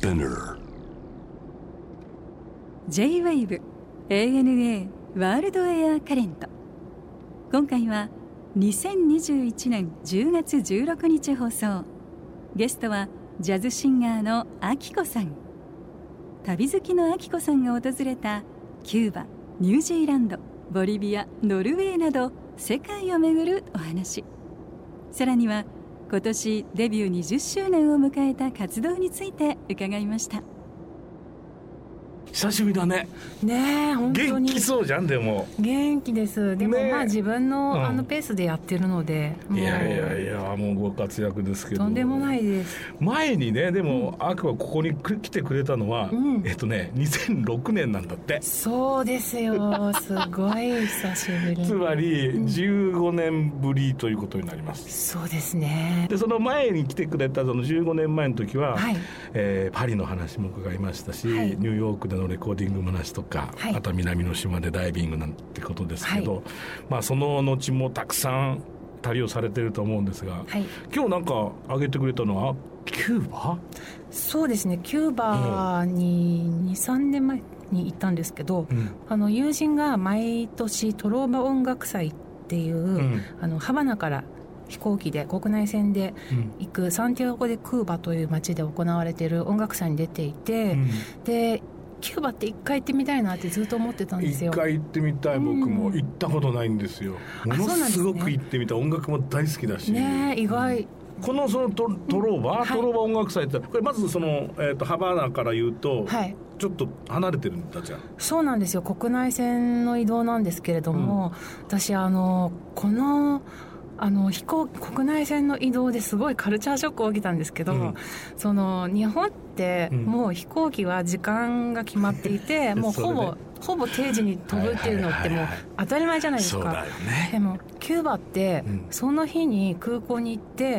Spinner J-Wave ANA ワールドエアカレント。今回は2021年10月16日放送。ゲストはジャズシンガーのアキコさん。旅好きのアキコさんが訪れたキューバ、ニュージーランド、ボリビア、ノルウェーなど世界を巡るお話。さらには今年デビュー20周年を迎えた活動について伺いました。 久しぶりだね。 ねえ、本当に元気そうじゃん。でも元気です。でも、 ね、 まあ自分の、ペースでやってるので、 いやもうご活躍ですけど、 とんでもないです。 前にね、でも、アクはここに来てくれたのは、2006年なんだって。 そうですよ。すごい久しぶり。 つまり15年ぶりということになります。 そうですね。 でその前に来てくれたその15年前の時は、パリの話も伺いましたし、ニューヨークでのレコーディングの話とか、あとは南の島でダイビングなんてことですけど、まあその後もたくさん旅をされてると思うんですが、今日なんか挙げてくれたのはキューバ？ そうですね、キューバに 2,3 年前に行ったんですけど、友人が毎年トローバ音楽祭っていう、ハバナから飛行機で国内線で行くサンティアゴ・デ・クーバという街で行われている音楽祭に出ていて、でキューバって一回行ってみたいなってずっと思ってたんですよ。 一回行ってみたい。僕も行ったことないんですよ。ものすごく行ってみたい。音楽も大好きだしね。意外、 このそのトローバ音楽祭ってこれまずその、ハバナから言うと、ちょっと離れてるんだじゃん。 そうなんですよ。国内線の移動なんですけれども、私この国内線の移動ですごいカルチャーショックを受けたんですけど、その日本ってもう飛行機は時間が決まっていて、もうほぼ定時に飛ぶっていうのってもう当たり前じゃないですか。 そうだよね。 でもキューバってその日に空港に行って、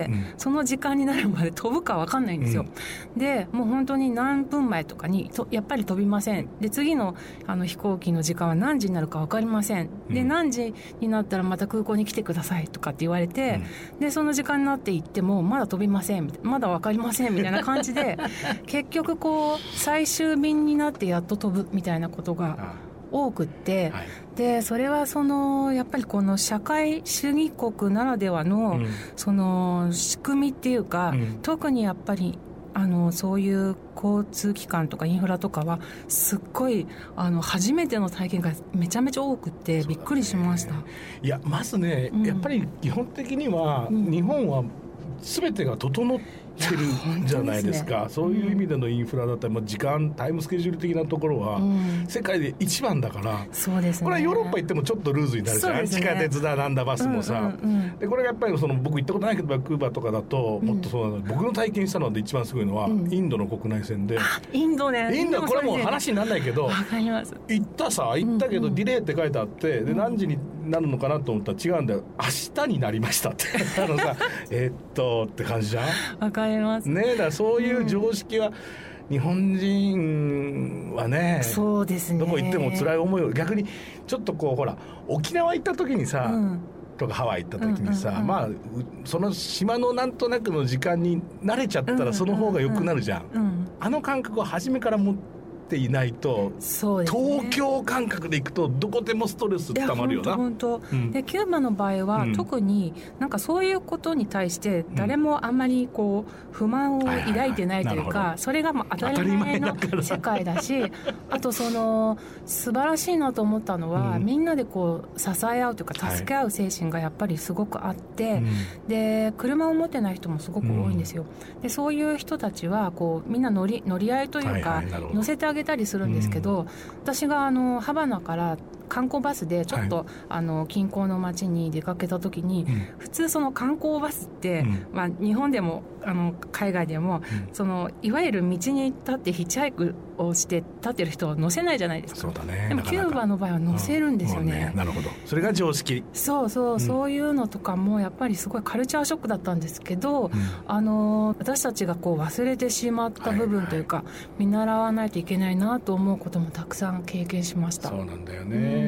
その時間になるまで飛ぶか分かんないんですよ。でもう本当に何分前とかにやっぱり飛びません。で次の飛行機の時間は何時になるか分かりません。で何時になったらまた空港に来てくださいとかって言われて、でその時間になって行ってもまだ飛びません、まだ分かりませんみたいな感じで結局こう最終便になってやっと飛ぶみたいなことが多くって、でそれはやっぱりこの社会主義国ならではの、その仕組みっていうか、特にやっぱりそういう交通機関とかインフラとかはすっごい初めての体験がめちゃめちゃ多くってびっくりしました。 いやまずね、やっぱり基本的には、日本は全てが整ってるじゃないですか。そういう意味でのインフラだったり、時間タイムスケジュール的なところは、世界で一番だから、 そうですね、 これはヨーロッパ行ってもちょっとルーズになるじゃん、地下鉄だなんだバスもさ、でこれがやっぱり僕行ったことないけどバンクーバーとかだともっとそうなの、僕の体験したので一番すごいのは、インドの国内線で、 インドこれもう話にならないけど、行ったけどディレイって書いてあって、で何時になるのかなと思ったら違うんだよ、明日になりましたってって感じじゃん。 わかりますね。だからそういう常識は、日本人はね、 そうですね、 どこ行っても辛い思いを、逆にちょっとこうほら沖縄行った時にさ、とかハワイ行った時にさ、まあその島のなんとなくの時間に慣れちゃったらその方が良くなるじゃん。あの感覚を初めから持っていないと、東京感覚で行くとどこでもストレス溜まるよな。 本当、でキューバの場合は、特になんかそういうことに対して誰もあんまりこう不満を抱いてないというか、それがまあ当たり前の世界だし、あと素晴らしいなと思ったのは、みんなでこう支え合うというか助け合う精神がやっぱりすごくあって、で車を持ってない人もすごく多いんですよ。でそういう人たちはこうみんな乗り合いというか、乗せてあげたりするんですけど、私がハバナから観光バスでちょっと、近郊の町に出かけた時に、普通その観光バスって、日本でも海外でも、いわゆる道に立ってヒッチハイクをして立ってる人を乗せないじゃないですか。 そうだね。 でもキューバの場合は乗せるんですよね。 なるほど。それが常識。 そういうのとかもやっぱりすごいカルチャーショックだったんですけど、私たちがこう忘れてしまった部分というか、見習わないといけないなと思うこともたくさん経験しました。 そうなんだよね。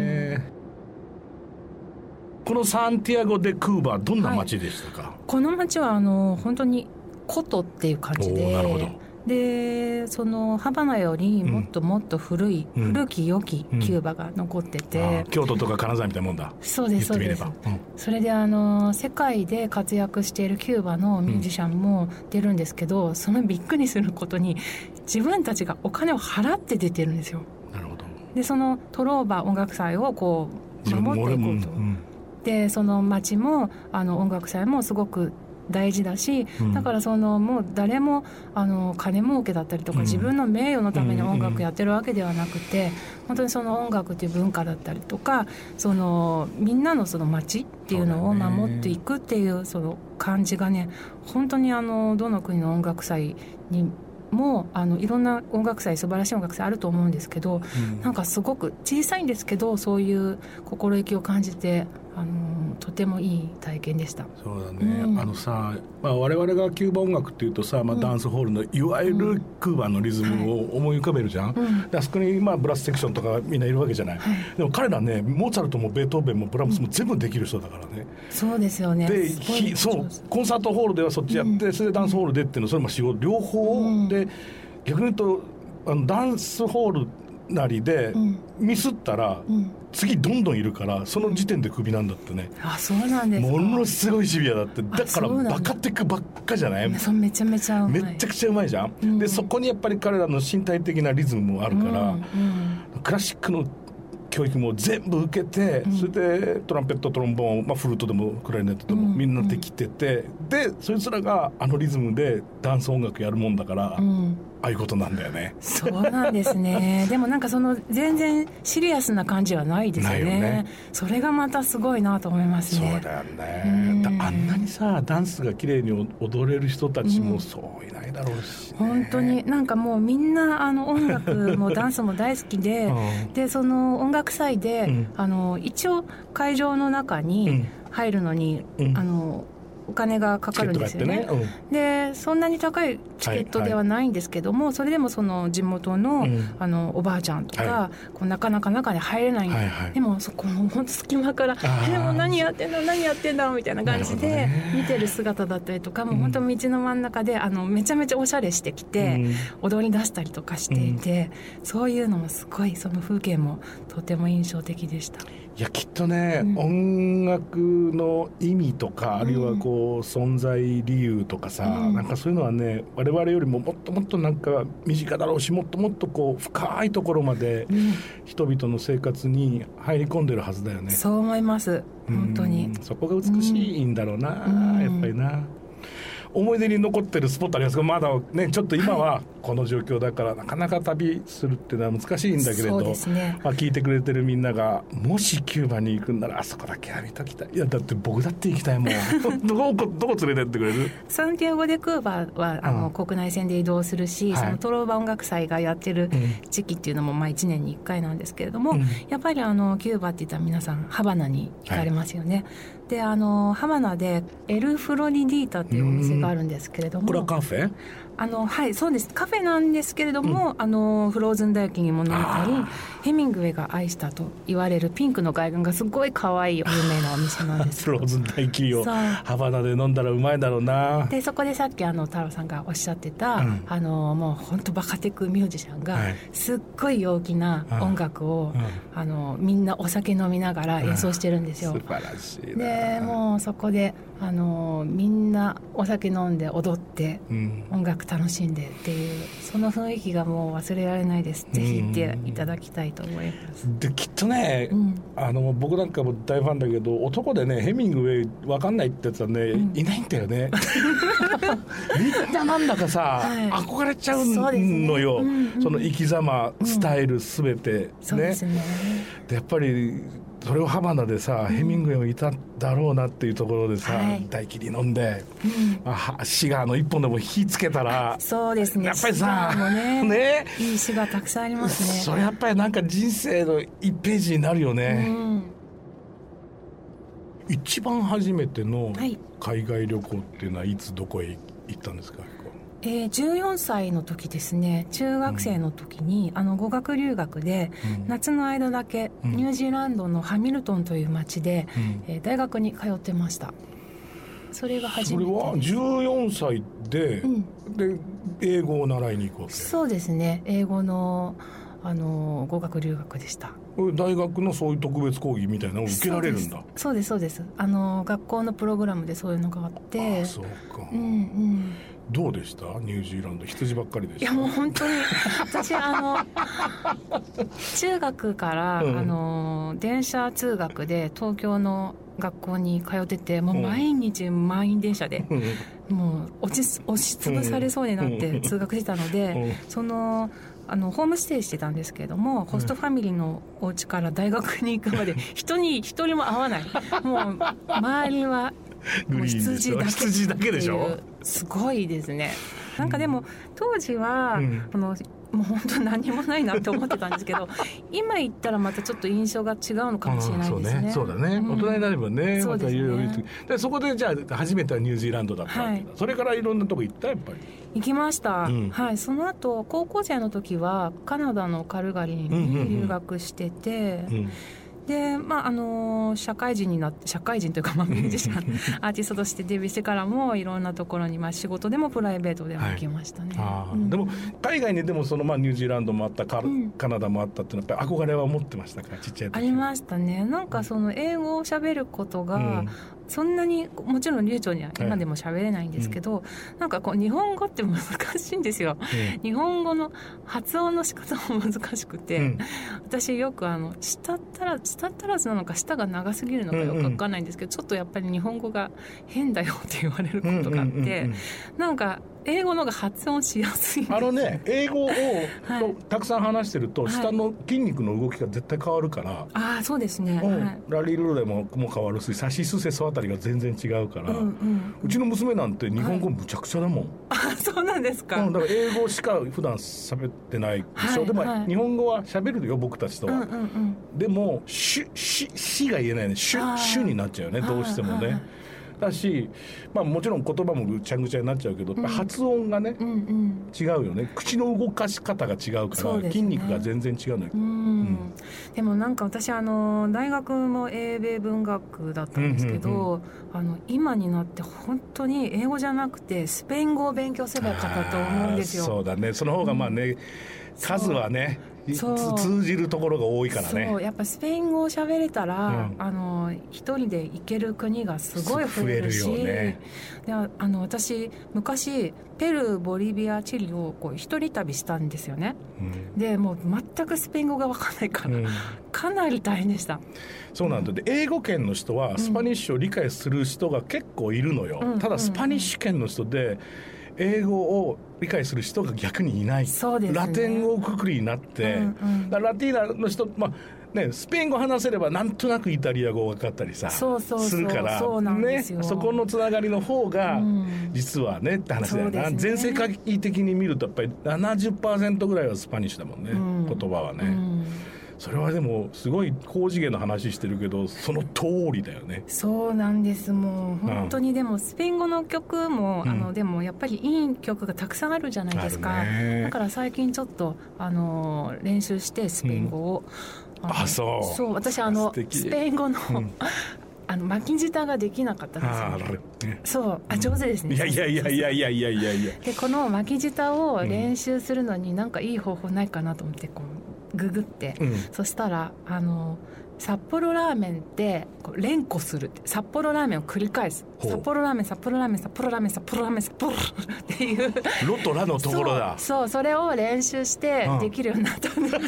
このサンティアゴ・デ・クーバ、どんな街でしたか？ この街は本当に古都っていう感じで、 でそのハバナよりもっともっと古き良きキューバが残ってて、 京都とか金沢みたいなもんだ。 そうですそうです、それで世界で活躍しているキューバのミュージシャンも出るんですけど、そのびっくりすることに自分たちがお金を払って出てるんですよ。 なるほど。 でそのトローバ音楽祭をこう守っていこうと、でその街も音楽祭もすごく大事だし、だからもう誰も金儲けだったりとか、自分の名誉のために音楽やってるわけではなくて、本当にその音楽っていう文化だったりとか、みんなのその街っていうのを守っていくっていうその感じがね、本当にどの国の音楽祭にもいろんな音楽祭、素晴らしい音楽祭あると思うんですけど、なんかすごく小さいんですけど、そういう心意気を感じてとてもいい体験でした。 そうだね、我々がキューバ音楽っていうとさ、ダンスホールのいわゆるクーバのリズムを思い浮かべるじゃん、であそこにブラスセクションとかみんないるわけじゃない、でも彼らね、モーツァルトもベートーベンもブラームスも全部できる人だからね、 そうですよね。 でそうコンサートホールではそっちやって、それでダンスホールでっていうの、それも仕事両方、で逆に言うとダンスホールなりでミスったら、次どんどんいるからその時点でクビなんだってね。 あ、そうなんですか。 ものすごいシビアだって。だからバカテクばっかじゃない。 めちゃめちゃうまい、 めちゃくちゃうまいじゃん、でそこにやっぱり彼らの身体的なリズムもあるから、クラシックの教育も全部受けて、それでトランペット、トロンボーン、フルートでもクラリネットでもみんなできてて、でそいつらがリズムでダンス音楽やるもんだから、ああいうことなんだよね。 そうなんですね。でもなんか全然シリアスな感じはないですよ ね。それがまたすごいなと思いますね。 そうだよね、あんなにさダンスが綺麗に踊れる人たちもそういないだろうし、 本当になんかもうみんな音楽もダンスも大好きで、でその音楽祭で、一応会場の中に入るのに、お金がかかるんですよね。でそんなに高いチケットではないんですけども、それでもその地元の、おばあちゃんとか、こうなかなか中に入れないんで、でもそこの本当隙間からでも何やってんだみたいな感じで見てる姿だったりとか、もう本当道の真ん中でめちゃめちゃおしゃれしてきて、踊り出したりとかしていて、そういうのもすごい、その風景もとても印象的でした。 いやきっとね、音楽の意味とか、あるいは存在理由とかさ、なんかそういうのはね、我々よりももっともっとなんか身近だろうし、もっともっと深いところまで人々の生活に入り込んでるはずだよね。 そう思います、本当に。 そこが美しいんだろうな、やっぱりな。思い出に残ってるスポットありますけど、まだねちょっと今はこの状況だからなかなか旅するっていうのは難しいんだけれど、聞いてくれてるみんながもしキューバに行くんならあそこだけは見ときたい。いやだって僕だって行きたいもんどこ連れてってくれる？サンティアゴ・デ・クーバは国内線で移動するし、そのトローバ音楽祭がやってる時期っていうのも1年に1回なんですけれども、やっぱりキューバって言ったら皆さんハバナに行かれますよね。でハバナでエル・フロリディータっていうお店があるんですけれども、 これはカフェ？ はいそうです、カフェなんですけれども、フローズンダイキにも飲めたり、ヘミングウェイが愛したと言われるピンクの外観がすごい可愛い有名なお店なんですフローズンダイキをハバナで飲んだらうまいだろうな。 でそこでさっき太郎さんがおっしゃってた、もう本当バカテクミュージシャンがすっごい陽気な音楽を、みんなお酒飲みながら演奏してるんですよ。 素晴らしいな。 でもうそこでみんなお酒飲んで踊って、音楽楽しんでっていう、その雰囲気がもう忘れられないです。ぜひ行っていただきたいと思います。 できっとね、僕なんかも大ファンだけど、男でねヘミングウェイ分かんないってやつはね、いないんだよねみんななんだかさ、憧れちゃうのよ、その生き様、スタイルすべて、 そうですね。 でやっぱりそれをハバナでさ、ヘミングウェイもいただろうなっていうところでさ、大切に飲んで、シガーの一本でも火つけたら、 そうですね、 やっぱりさ、 ね、いいシガーたくさんありますね。 それやっぱりなんか人生の1ページになるよね。一番初めての海外旅行っていうのはいつどこへ行ったんですか ？14歳の時ですね、中学生の時に、語学留学で、夏の間だけニュージーランドのハミルトンという町で、大学に通ってました。それが初めてです。 それは14歳で、で英語を習いに行くわけ？ そうですね、英語の語学留学でした。 大学のそういう特別講義みたいなのを受けられるんだ？ そうですそうです。学校のプログラムでそういうのがあって。 そうか、うんうん、どうでした？ニュージーランド羊ばっかりでした？ いやもう本当に私中学から、電車通学で東京の学校に通ってて、もう毎日満員電車で、もう押しつぶされそうになって通学してたので、ホームステイしてたんですけれども、ホストファミリーのお家から大学に行くまで一人も会わない。もう周りはもう羊だけでしょ。すごいですね。なんかでも当時は、もう本当に何もないなって思ってたんですけど今行ったらまたちょっと印象が違うのかもしれないですね。 そうだね、大人になればね、またいろいろで、そこでじゃあ初めてはニュージーランドだったわけだ、それからいろんなとこ行った？やっぱり行きました、はい。その後高校生の時はカナダのカルガリーに留学してて、で社会人になって、社会人というかミュージシャンアーティストとしてデビューしてからもいろんなところに、仕事でもプライベートでも行きましたね、 でも海外にでもニュージーランドもあった、カナダもあったっていうのはやっぱり憧れは持ってましたか？ちっちゃい時。 ありましたね。なんか英語を喋ることが、そんなにもちろん流暢には今でも喋れないんですけど、なんか日本語って難しいんですよ、日本語の発音の仕方も難しくて、私よく舌足らずなのか舌が長すぎるのかよく分かんないんですけど、ちょっとやっぱり日本語が変だよって言われることがあって、なんか英語のが発音しやすいんですよ。 英語をたくさん話してると、下の筋肉の動きが絶対変わるから、 そうですね、 ラリルレも変わるし、サシスセソあたりが全然違うから、うちの娘なんて日本語むちゃくちゃだもん、 そうなんですか。 だから英語しか普段喋ってないでしょ、でも日本語は喋るよ僕たちとは、でもしが言えないね、しになっちゃうよね、どうしてもね。だし、もちろん言葉もぐちゃぐちゃになっちゃうけど、発音がね、違うよね。口の動かし方が違うから、筋肉が全然違うのよ。 でもなんか私大学も英米文学だったんですけど、今になって本当に英語じゃなくてスペイン語を勉強すればよかったと思うんですよ。 そうだね、その方が数はね通じるところが多いからね。 そうやっぱスペイン語を喋れたら、一人で行ける国がすごい増えるし、増えるよね。で私昔ペルー、ボリビア、チリを一人旅したんですよね、でもう全くスペイン語が分かんないから、かなり大変でした。 そうなんだ。で英語圏の人はスパニッシュを理解する人が結構いるのよ、ただスパニッシュ圏の人で英語を理解する人が逆にいない。そうですね、ラテン語くくりになって、だラティーナの人、スペイン語話せればなんとなくイタリア語分かったりさ、するからね、そこのつながりの方が実はねって話だよな、全世界的に見るとやっぱり 70% ぐらいはスパニッシュだもんね、言葉はね。それはでもすごい高次元の話してるけどその通りだよね。 そうなんです。もう本当にでもスペイン語の曲も、でもやっぱりいい曲がたくさんあるじゃないですか。だから最近ちょっと練習してスペイン語を、そう私スペイン語の巻き舌ができなかったですよね。そう上手ですね。いやでこの巻き舌を練習するのになんかいい方法ないかなと思ってググって、そしたら札幌ラーメンって連呼するって、札幌ラーメンを繰り返す、札幌ラーメン札幌ラーメン札幌ラーメン札幌ラーメン札幌っていうロとラのところだ。 それを練習してできるようになったんです。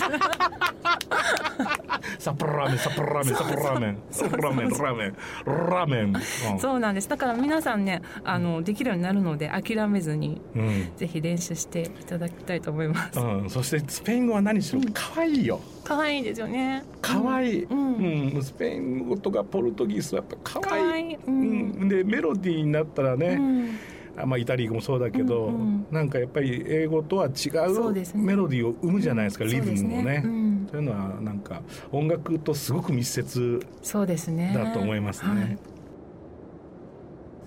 札幌ラーメン札幌ラーメン札幌ラーメン札幌ラーメンラーメンそうなんです。だから皆さんねできるようになるので諦めずに、ぜひ練習していただきたいと思います。 そしてスペイン語は何しろ可愛いよ。 可愛いですよね。 可愛い。スペイン語とかポルトギースはやっぱ可愛い。でメロディーになったらね、イタリア語もそうだけど、なんかやっぱり英語とは違うメロディーを生むじゃないですか、リズムもね。そういうのはなんか音楽とすごく密接だと思いますね。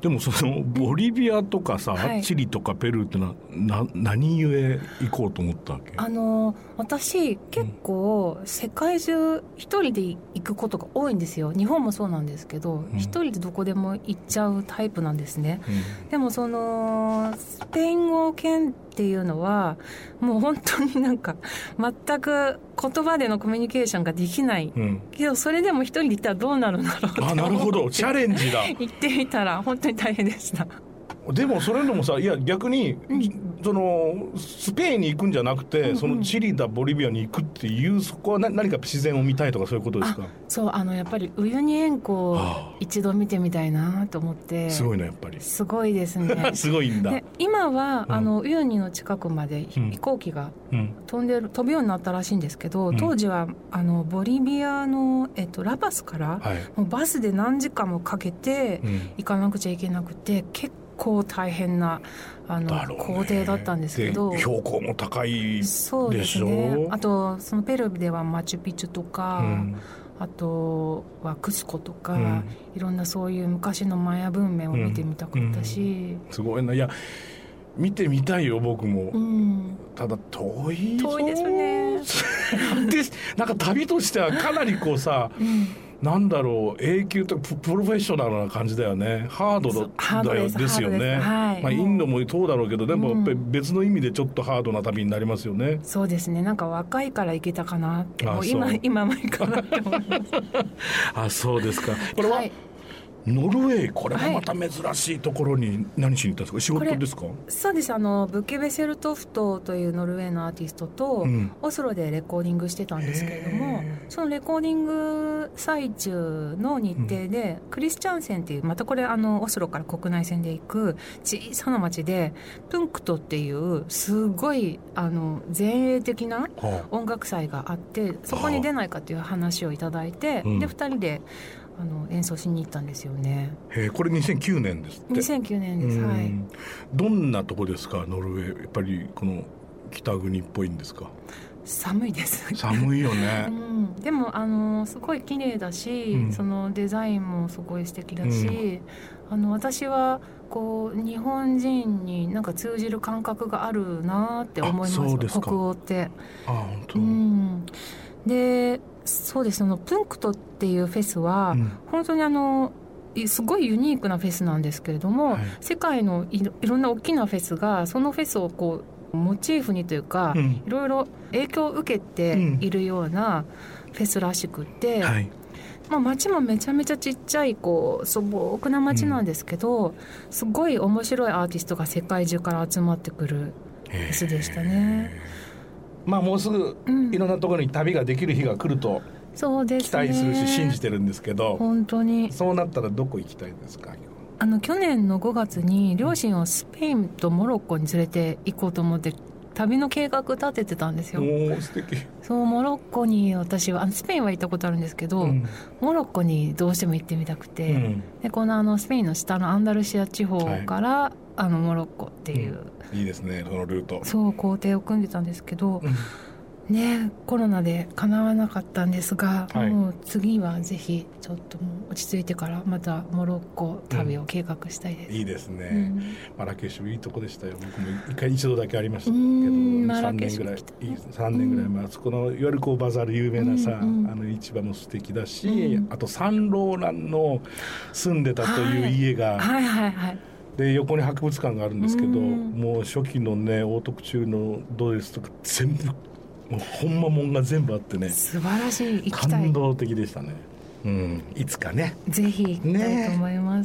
でもそのボリビアとかさ、はい、チリとかペルーってのは何故行こうと思ったわけ？ 私結構世界中一人で行くことが多いんですよ。日本もそうなんですけど、一人でどこでも行っちゃうタイプなんですね、でもそのスペイン語圏っていうのはもう本当になんか全く言葉でのコミュニケーションができない、けどそれでも一人で行ったらどうなるんだろうって思って。 なるほど、チャレンジだ。 行ってみたら本当に大変でした。 でもそれでもさ、いや逆に、そのスペインに行くんじゃなくて、そのチリだボリビアに行くっていう、そこは何か自然を見たいとかそういうことですか？ そうやっぱりウユニ塩湖を一度見てみたいなと思って。 すごいね、やっぱりすごいですねすごいんだ。で今はウユニの近くまで飛行機が飛ぶようになったらしいんですけど、当時はボリビアの、ラパスから、もうバスで何時間もかけて行かなくちゃいけなくて、結構大変な工程だったんですけど、 標高も高いでしょ。 そうですね。あとそのペルーではマチュピチュとか、あとはクスコとか、いろんなそういう昔のマヤ文明を見てみたかったし、 すごいな。いや見てみたいよ僕も、ただ遠いですねでなんか旅としてはかなりこうさ、なんだろう、永久とプロフェッショナルな感じだよね。ハードですよね。インドもそうだろうけど、でもやっぱり別の意味でちょっとハードな旅になりますよね。 そうですね。なんか若いから行けたかなって。今も行かないと思いますそうですか。これは、ノルウェー、これもまた珍しいところに何しに行ったんですか？仕事ですか？ そうです。ブケベセルトフトというノルウェーのアーティストと、オスロでレコーディングしてたんですけれども、そのレコーディング最中の日程で、クリスチャンセンっていう、またこれオスロから国内線で行く小さな町でプンクトっていうすごい前衛的な音楽祭があって、そこに出ないかっていう話をいただいて、で2人で演奏しに行ったんですよね。 これ2009年ですって。 2009年です。はい。 どんなとこですかノルウェー？やっぱりこの北国っぽいんですか？ 寒いです寒いよね、 でもすごい綺麗だし、そのデザインもすごい素敵だし、私はこう日本人になんか通じる感覚があるなって思います。 そうですか。 北欧って。 本当。 でそうです。プンクトっていうフェスは、本当にすごいユニークなフェスなんですけれども、世界のいろんな大きなフェスがそのフェスをこうモチーフにというか、いろいろ影響を受けているようなフェスらしくて、街もめちゃめちゃちっちゃい素朴な街なんですけど、すごい面白いアーティストが世界中から集まってくるフェスでしたね。 もうすぐいろんなところに旅ができる日が来ると期待するし信じてるんですけど、 本当にそうなったらどこ行きたいですか？ 去年の5月に両親をスペインとモロッコに連れて行こうと思って旅の計画立ててたんですよ。 素敵。 そうモロッコに私はスペインは行ったことあるんですけど、モロッコにどうしても行ってみたくて、でこのスペインの下のアンダルシア地方から、モロッコっていう、 いいですねそのルート。 そう工程を組んでたんですけど、コロナで叶わなかったんですが、もう次はぜひちょっともう落ち着いてからまたモロッコ旅を計画したいです。 いいですね、マラケシュいいとこでしたよ。僕も一度だけありましたけど、3年ぐらい前、そこのいわゆるバザール有名なさ、市場も素敵だし、あとサンローランの住んでたという家が、で横に博物館があるんですけど、もう初期のねオートクチュールのドレスとか全部もうほんまもんが全部あってね、 素晴らしい。行きたい。 感動的でしたね。いつかねぜひ行きたいと思います、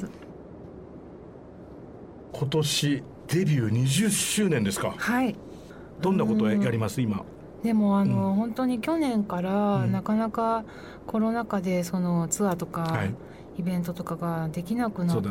今年デビュー20周年ですか？はい。どんなことをやります今？ でも本当に去年からなかなかコロナ禍でそのツアーとか、イベントとかができなくなって、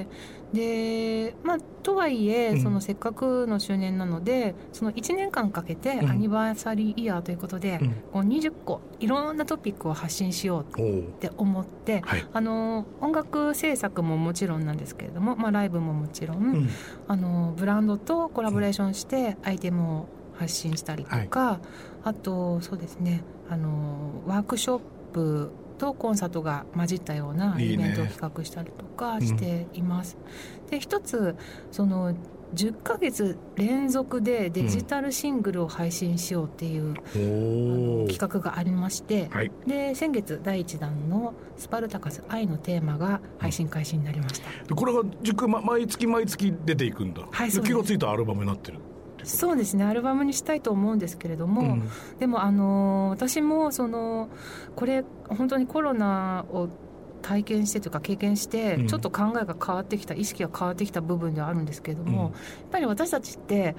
でとはいえそのせっかくの周年なので、その1年間かけてアニバーサリーイヤーということで、20個いろんなトピックを発信しようって思って、音楽制作ももちろんなんですけれども、ライブももちろん、ブランドとコラボレーションしてアイテムを発信したりとか、あとそうですねワークショップとコンサートが混じったようなイベントを企画したりとかしています。で一つその10ヶ月連続でデジタルシングルを配信しようっていう、企画がありまして、はい、で先月第1弾のスパルタカス愛のテーマが配信開始になりました。 これが毎月毎月出ていくんだ。はい、気がついたアルバムになってる。 そうですね、アルバムにしたいと思うんですけれども、でも私もこれ本当にコロナを体験してというか経験してちょっと考えが変わってきた、意識が変わってきた部分ではあるんですけれども、やっぱり私たちって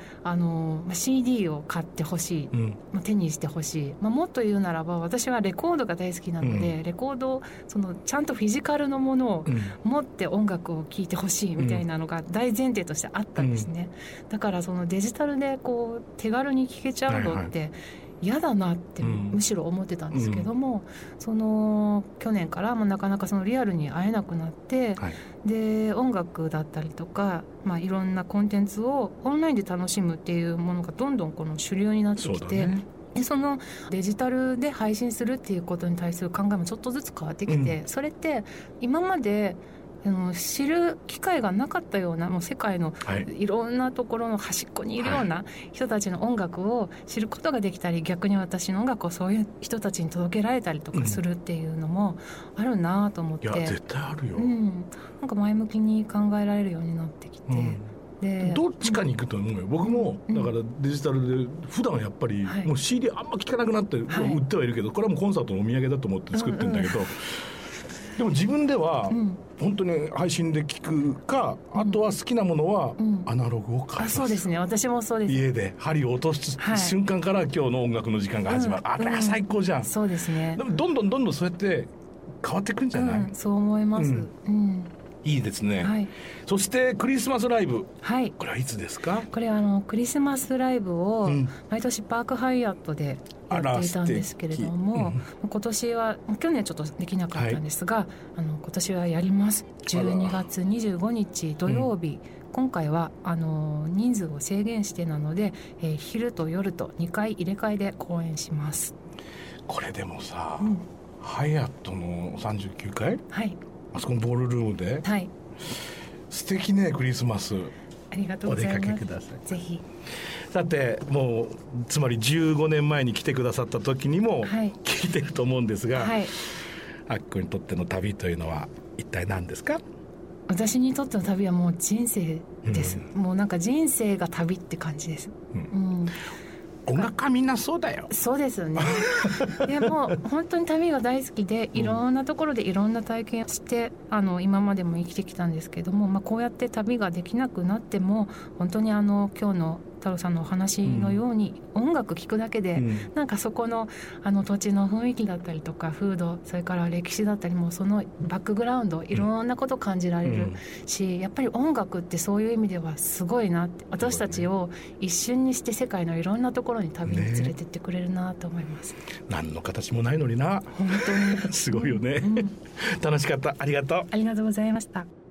CD を買ってほしい、手にしてほしい、もっと言うならば私はレコードが大好きなので、レコードちゃんとフィジカルのものを持って音楽を聴いてほしいみたいなのが大前提としてあったんですね。だからデジタルでこう手軽に聴けちゃうのって、嫌だなってむしろ思ってたんですけども、去年からなかなかリアルに会えなくなって、はい、で音楽だったりとか、いろんなコンテンツをオンラインで楽しむっていうものがどんどん主流になってきて、でそのデジタルで配信するっていうことに対する考えもちょっとずつ変わってきて、それって今まで知る機会がなかったような、もう世界のいろんなところの端っこにいるような人たちの音楽を知ることができたり、逆に私の音楽をそういう人たちに届けられたりとかするっていうのもあるなと思って、 いや絶対あるよ、 なんか前向きに考えられるようになってきて、でどっちかに行くと思うよ。僕もだからデジタルで普段やっプりもう CD あんま聴かなくなって売ってはいるけど、これはもうコンサートのお土産だと思って作ってるんだけど、でも自分では本当に配信で聞くか、あとは好きなものはアナログを買います。 そうですね、私もそうです。 家で針を落とす瞬間から今日の音楽の時間が始まる、あれは最高じゃん。 そうですね。 でもどんどんそうやって変わっていくんじゃない？ そう思います。 いいですね、はい、そしてクリスマスライブ、はい、これはいつですか？ これクリスマスライブを毎年パークハイアットでやっていたんですけれども、今年は去年ちょっとできなかったんですが、今年はやります。12月25日土曜日、今回は人数を制限してなので、昼と夜と2回入れ替えで公演します。 これでもさ、ハイアットの39階、 はい、 あそこのボールルームで、 はい、 素敵ね。クリスマスありがとうございます。 お出かけください。 ぜひ。 さてもうつまり15年前に来てくださった時にも聞いてると思うんですが、はい、あっくんにとっての旅というのは一体何ですか？ 私にとっての旅はもう人生です、もうなんか人生が旅って感じです、 音楽家みんなそうだよ。 そうですよねでも本当に旅が大好きで、いろんなところでいろんな体験をして今までも生きてきたんですけども、こうやって旅ができなくなっても本当に今日の太郎さんのお話のように、音楽聴くだけで、なんかそこの土地の雰囲気だったりとか風土、それから歴史だったりもそのバックグラウンドいろんなこと感じられるし、やっぱり音楽ってそういう意味ではすごいなって、私たちを一瞬にして世界のいろんなところに旅に連れてってくれるなと思います、 何の形もないのにな、 本当にすごいよね、楽しかった。ありがとう。 ありがとうございました。